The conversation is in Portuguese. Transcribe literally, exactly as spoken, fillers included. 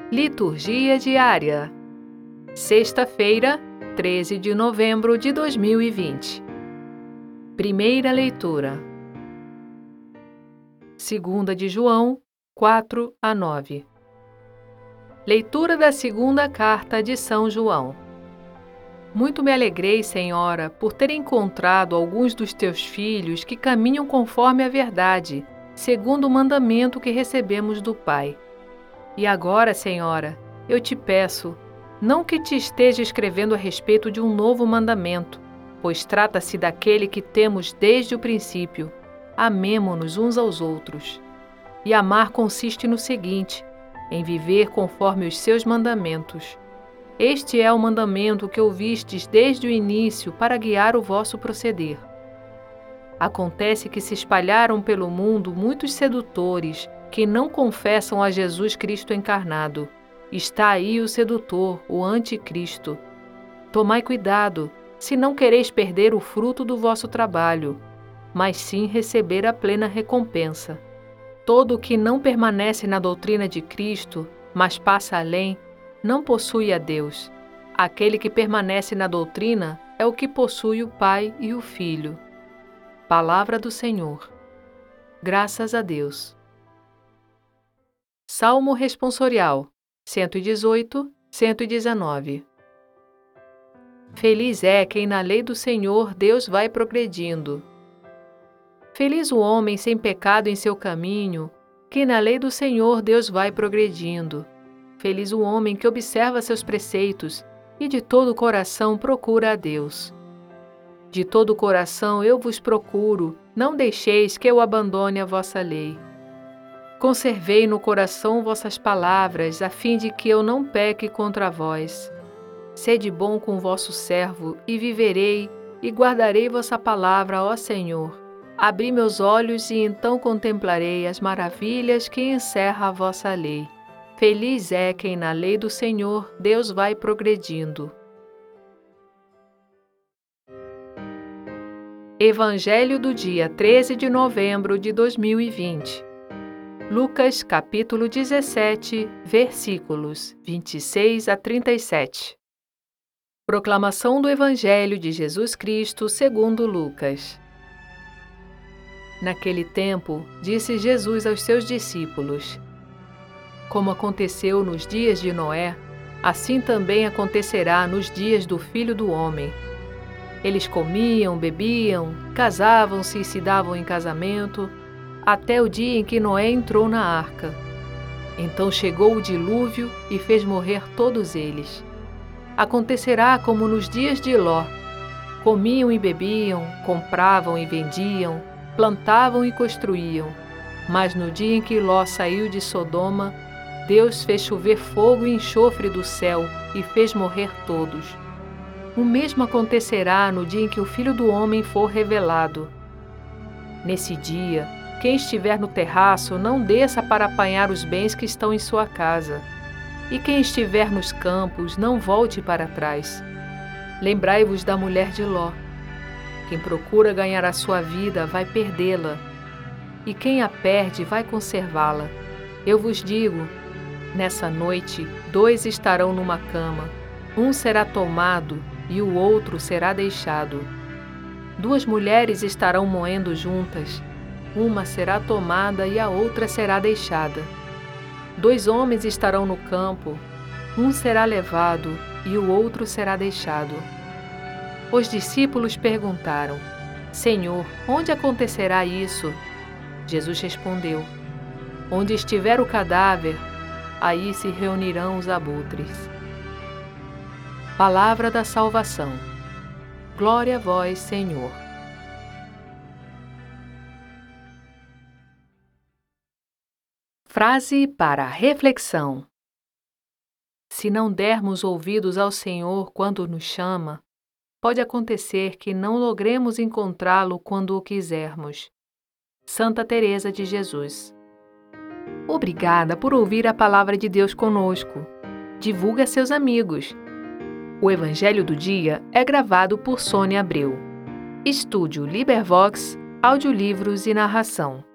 Liturgia diária. Sexta-feira, treze de novembro de dois mil e vinte. Primeira leitura. Segunda de João, quatro a nove. Leitura da segunda carta de São João. Muito me alegrei, Senhora, por ter encontrado alguns dos teus filhos que caminham conforme a verdade, segundo o mandamento que recebemos do Pai. E agora, Senhora, eu te peço, não que te esteja escrevendo a respeito de um novo mandamento, pois trata-se daquele que temos desde o princípio. Amemo-nos uns aos outros. E amar consiste no seguinte, em viver conforme os seus mandamentos. Este é o mandamento que ouvistes desde o início para guiar o vosso proceder. Acontece que se espalharam pelo mundo muitos sedutores que não confessam a Jesus Cristo encarnado. Está aí o sedutor, o anticristo. Tomai cuidado, se não quereis perder o fruto do vosso trabalho, mas sim receber a plena recompensa. Todo o que não permanece na doutrina de Cristo, mas passa além, não possui a Deus. Aquele que permanece na doutrina é o que possui o Pai e o Filho. Palavra do Senhor. Graças a Deus. Salmo Responsorial, cento e dezoito, cento e dezenove. Feliz é quem na lei do Senhor Deus vai progredindo. Feliz o homem sem pecado em seu caminho, que na lei do Senhor Deus vai progredindo. Feliz o homem que observa seus preceitos e de todo o coração procura a Deus. De todo o coração eu vos procuro, não deixeis que eu abandone a vossa lei. Conservei no coração vossas palavras, a fim de que eu não peque contra vós. Sede bom com vosso servo, e viverei, e guardarei vossa palavra, ó Senhor. Abri meus olhos, e então contemplarei as maravilhas que encerra a vossa lei. Feliz é quem na lei do Senhor Deus vai progredindo. Evangelho do dia treze de novembro de dois mil e vinte. Lucas, capítulo dezessete, versículos vinte e seis a trinta e sete. Proclamação do Evangelho de Jesus Cristo segundo Lucas. Naquele tempo, disse Jesus aos seus discípulos: Como aconteceu nos dias de Noé, assim também acontecerá nos dias do Filho do Homem. Eles comiam, bebiam, casavam-se e se davam em casamento, até o dia em que Noé entrou na arca. Então chegou o dilúvio e fez morrer todos eles. Acontecerá como nos dias de Ló. Comiam e bebiam, compravam e vendiam, plantavam e construíam. Mas no dia em que Ló saiu de Sodoma, Deus fez chover fogo e enxofre do céu e fez morrer todos. O mesmo acontecerá no dia em que o Filho do Homem for revelado. Nesse dia, quem estiver no terraço não desça para apanhar os bens que estão em sua casa. E quem estiver nos campos não volte para trás. Lembrai-vos da mulher de Ló. Quem procura ganhar a sua vida vai perdê-la, e quem a perde vai conservá-la. Eu vos digo, nessa noite, dois estarão numa cama, um será tomado e o outro será deixado. Duas mulheres estarão moendo juntas, uma será tomada e a outra será deixada. Dois homens estarão no campo, um será levado e o outro será deixado. Os discípulos perguntaram: Senhor, onde acontecerá isso? Jesus respondeu: Onde estiver o cadáver, aí se reunirão os abutres. Palavra da salvação. Glória a vós, Senhor. Frase para reflexão. Se não dermos ouvidos ao Senhor quando nos chama, pode acontecer que não logremos encontrá-lo quando o quisermos. Santa Teresa de Jesus. Obrigada por ouvir a palavra de Deus conosco. Divulgue a seus amigos. O Evangelho do Dia é gravado por Sônia Abreu. Estúdio Libervox, audiolivros e narração.